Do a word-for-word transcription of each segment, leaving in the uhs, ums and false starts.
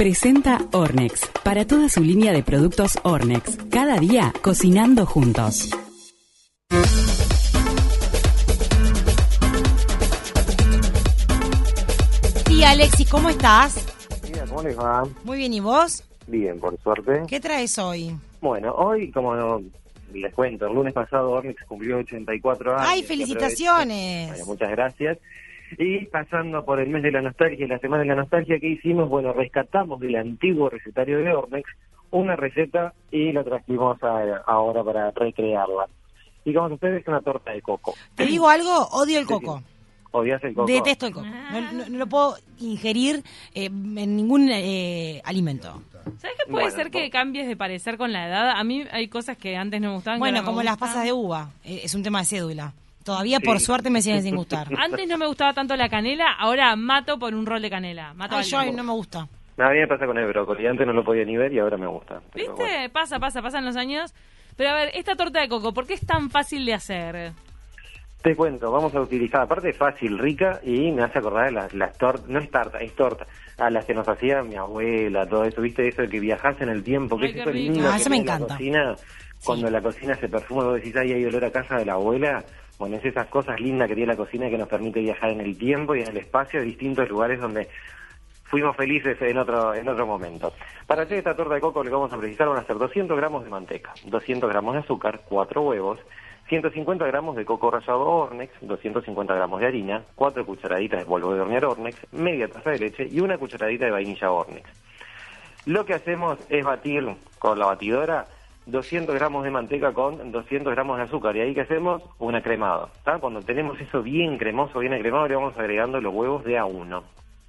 Presenta Ornex, para toda su línea de productos Ornex. Cada día cocinando juntos. Y Alexis, ¿cómo estás? Mira, ¿cómo les va? Muy bien, ¿y vos? Bien, por suerte. ¿Qué traes hoy? Bueno, hoy, como les cuento, el lunes pasado Ornex cumplió ochenta y cuatro años. ¡Ay, felicitaciones! Bueno, muchas gracias. Y pasando por el mes de la nostalgia y la semana de la nostalgia, ¿qué hicimos? Bueno, rescatamos del antiguo recetario de Ornex una receta y la trajimos a, ahora para recrearla. Y como ustedes, es una torta de coco. Te digo algo, odio el Sí, coco. sí. ¿Odias el coco? Detesto el coco. No, no, no lo puedo ingerir eh, en ningún eh, alimento. ¿Sabes qué puede Bueno, ser que vos- cambies de parecer con la edad? A mí hay cosas que antes no me gustaban. que Bueno, ahora me como las gustan. pasas de uva. Eh, es un tema de cédula. Todavía, Sí. por suerte, me siguen sin gustar. Antes no me gustaba tanto la canela, ahora mato por un rol de canela. Mato a Ay, yo alguien. no me gusta. A mí me pasa con el brócoli. Antes no lo podía ni ver y ahora me gusta. Pero ¿Viste? bueno. Pasa, pasa, pasan los años. Pero a ver, esta torta de coco, ¿por qué es tan fácil de hacer? Te cuento, vamos a utilizar, aparte es fácil, rica, y me hace acordar de las, las tortas, no es tarta, es torta, a las que nos hacía mi abuela, todo eso, ¿viste? Eso de que viajás en el tiempo, que Ay, es qué eso rico. lindo Ah, que eso me tiene la encanta. cocina, cuando la cocina se perfuma, vos decís, ay, hay olor a casa de la abuela. Bueno, es esas cosas lindas que tiene la cocina que nos permite viajar en el tiempo y en el espacio a distintos lugares donde fuimos felices en otro en otro momento. Para hacer esta torta de coco le vamos a precisar, van a hacer doscientos gramos de manteca, doscientos gramos de azúcar, cuatro huevos, ciento cincuenta gramos de coco rallado Ornex, doscientos cincuenta gramos de harina, cuatro cucharaditas de polvo de hornear Ornex, media taza de leche y una cucharadita de vainilla Ornex. Lo que hacemos es batir con la batidora doscientos gramos de manteca con doscientos gramos de azúcar, y ahí que hacemos una cremado, ¿tá? Cuando tenemos eso bien cremoso, bien cremado, le vamos agregando los huevos de a uno.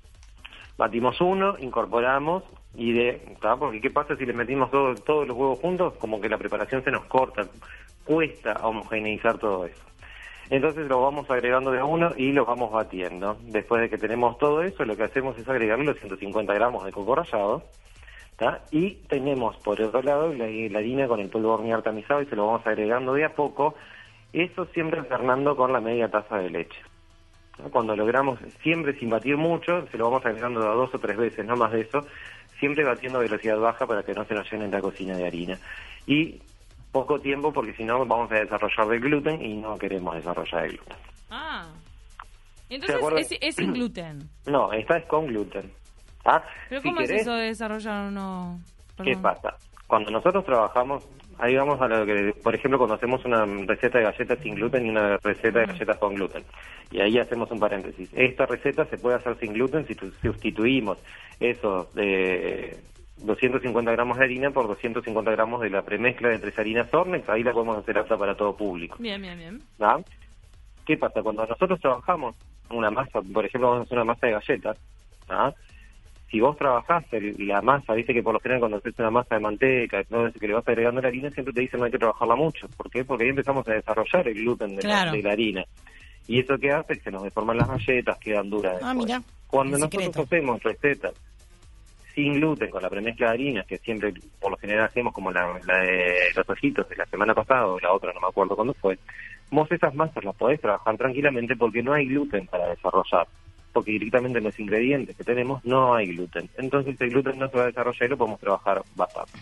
Batimos uno, incorporamos y de, ¿tá? Porque ¿qué pasa si le metimos todo, todos los huevos juntos? Como que la preparación se nos corta, cuesta homogeneizar todo eso. Entonces lo vamos agregando de a uno y lo vamos batiendo. Después de que tenemos todo eso, lo que hacemos es agregarle los ciento cincuenta gramos de coco rallado, ¿tá? Y tenemos por otro lado la, la harina con el polvo de hornear tamizado y se lo vamos agregando de a poco, eso siempre alternando con la media taza de leche. ¿No? Cuando logramos, siempre sin batir mucho, se lo vamos agregando a dos o tres veces, no más de eso, siempre batiendo a velocidad baja para que no se nos llene la cocina de harina. Y poco tiempo, porque si no vamos a desarrollar el gluten y no queremos desarrollar el gluten. Ah. ¿Se Entonces acuerdan? es, es sin gluten. No, esta es con gluten. ¿Ah? ¿Pero Si cómo querés, es eso de desarrollar uno? ¿qué Perdón. pasa? Cuando nosotros trabajamos, ahí vamos a lo que, por ejemplo, cuando hacemos una receta de galletas sin gluten y una receta de galletas con gluten, y ahí hacemos un paréntesis. Esta receta se puede hacer sin gluten si tu- sustituimos esos de doscientos cincuenta gramos de harina por doscientos cincuenta gramos de la premezcla de tres harinas Ornex, ahí la podemos hacer apta para todo público. Bien, bien, bien. ¿Ah? ¿Qué pasa? Cuando nosotros trabajamos una masa, por ejemplo, vamos a hacer una masa de galletas, ¿ah? Si vos trabajás el- la masa, viste que por lo general cuando haces una masa de manteca, todo eso que le vas agregando la harina, siempre te dicen no hay que trabajarla mucho. ¿Por qué? Porque ahí empezamos a desarrollar el gluten de, Claro. la, de la harina. Y eso que hace es que se nos deforman las galletas, quedan duras Ah, después. mira. Cuando El nosotros secreto. hacemos recetas sin gluten, con la premezcla de harinas, que siempre por lo general hacemos como la, la de los ojitos de la semana pasada, o la otra, no me acuerdo cuándo fue, vos esas masas las podés trabajar tranquilamente porque no hay gluten para desarrollar, porque directamente en los ingredientes que tenemos no hay gluten. Entonces el gluten no se va a desarrollar y lo podemos trabajar bastante.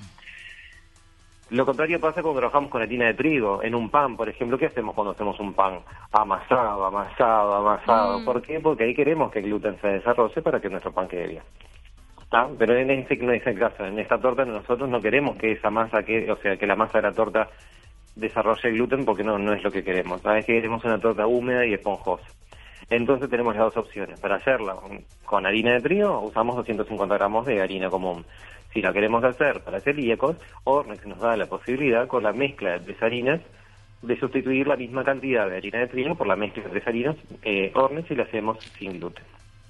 Lo contrario pasa cuando trabajamos con harina de trigo, en un pan, por ejemplo. ¿Qué hacemos cuando hacemos un pan? Amasado, amasado, amasado. Mm. ¿Por qué? Porque ahí queremos que el gluten se desarrolle para que nuestro pan quede bien. ¿Está? Pero en este no es el caso. En esta torta nosotros no queremos que esa masa, que, o sea, que la masa de la torta desarrolle el gluten porque no, no es lo que queremos. ¿Sabes? Que queremos una torta húmeda y esponjosa. Entonces tenemos las dos opciones. Para hacerla con harina de trigo usamos doscientos cincuenta gramos de harina común. Si la queremos hacer para celíacos, Ornex nos da la posibilidad con la mezcla de tres harinas de sustituir la misma cantidad de harina de trigo por la mezcla de tres harinas eh, Ornex y la hacemos sin gluten.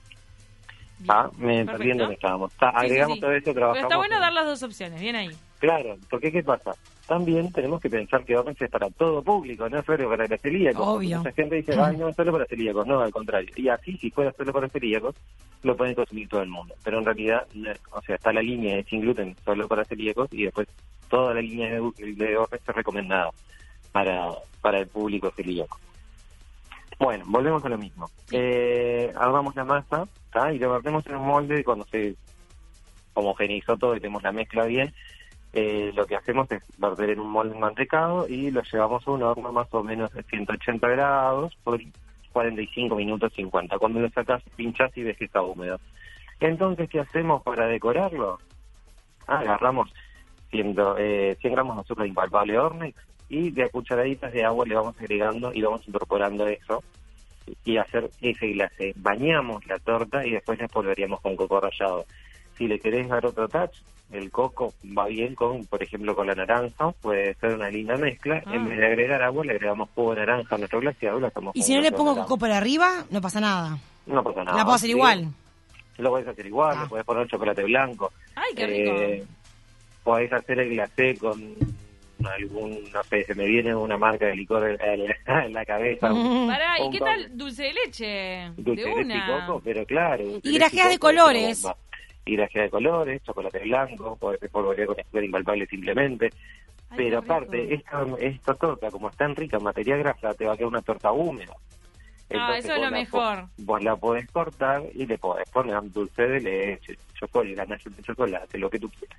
Ah, me Perfecto. perdí en dónde estábamos. Está, Sí, sí, agregamos sí. todo esto, Pero trabajamos. está bueno en- dar las dos opciones, bien ahí. Claro, porque ¿qué pasa? También tenemos que pensar que Ornex es para todo público, no es solo para los celíacos. porque Obvio. Mucha gente dice, ay, no es solo para celíacos. No, al contrario. Y así, si fuera solo para celíacos, lo pueden consumir todo el mundo. Pero en realidad, no, o sea, está la línea de sin gluten solo para celíacos y después toda la línea de, de Ornex es recomendada para, para el público celíaco. Bueno, volvemos a lo mismo. Eh, hagamos la masa, ¿tá? Y lo vertemos en un molde cuando se homogeneizó todo y tenemos la mezcla bien, eh, lo que hacemos es verter en un molde mantecado y lo llevamos a un horno más o menos de ciento ochenta grados por cuarenta y cinco minutos cincuenta. Cuando lo sacas, pinchás y ves que está húmedo. Entonces, ¿qué hacemos para decorarlo? Ah, agarramos cien, eh, cien gramos de azúcar impalpable Ornex y de cucharaditas de agua le vamos agregando y vamos incorporando eso y hacer ese glacé. Bañamos la torta y después la espolvoreamos con coco rallado. Si le querés dar otro touch, el coco va bien con, por ejemplo, con la naranja, puede ser una linda mezcla. Ah. En vez de agregar agua, le agregamos jugo de naranja a nuestro glaseado. Lo hacemos y si no le pongo coco por arriba, no pasa nada. No pasa nada. La puedo hacer sí. igual. Lo podés hacer igual, ah. le podés poner chocolate blanco. ¡Ay, qué rico! Eh, podés hacer el glacé con algún, no sé, se me viene una marca de licor en la, en la cabeza. Mm. Pará, ¿y qué tal dulce de leche? Dulce de, de leche y coco, pero claro. Y grajeas de colores. Y grajeas de colores, chocolate blanco, podés espolvorear con azúcar impalpable simplemente. Ay, pero aparte, esta, esta torta, como es tan rica en materia grasa, te va a quedar una torta húmeda. Ah, eso es lo mejor. Vos la podés cortar y le podés poner dulce de leche, chocolate, ganache de chocolate, lo que tú quieras.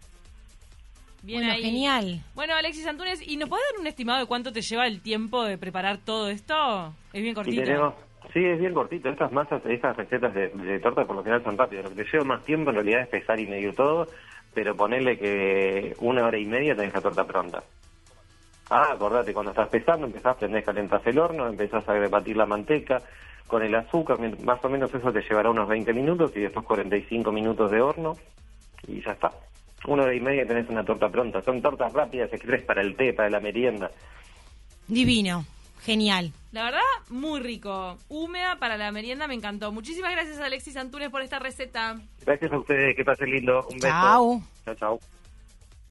Bien bueno, ahí. Genial. Bueno, Alexis Antunes, ¿y nos podés dar un estimado de cuánto te lleva el tiempo de preparar todo esto? Es bien cortito. Sí, tenemos, sí es bien cortito. Estas masas, estas recetas de, de torta por lo general son rápidas. Lo que te lleva más tiempo en realidad es pesar y medir todo, pero ponerle que una hora y media tenés la torta pronta. Ah, acordate, cuando estás pesando, empezás, prendés, calentás el horno, empezás a batir la manteca con el azúcar, más o menos eso te llevará unos veinte minutos y después cuarenta y cinco minutos de horno y ya está. Una hora y media tenés una torta pronta. Son tortas rápidas, express para el té, para la merienda. Divino, genial. La verdad, muy rico. Húmeda para la merienda, me encantó. Muchísimas gracias, Alexis Antunes, por esta receta. Gracias a ustedes, que pasen lindo. Un beso. Chao. Chao, chao.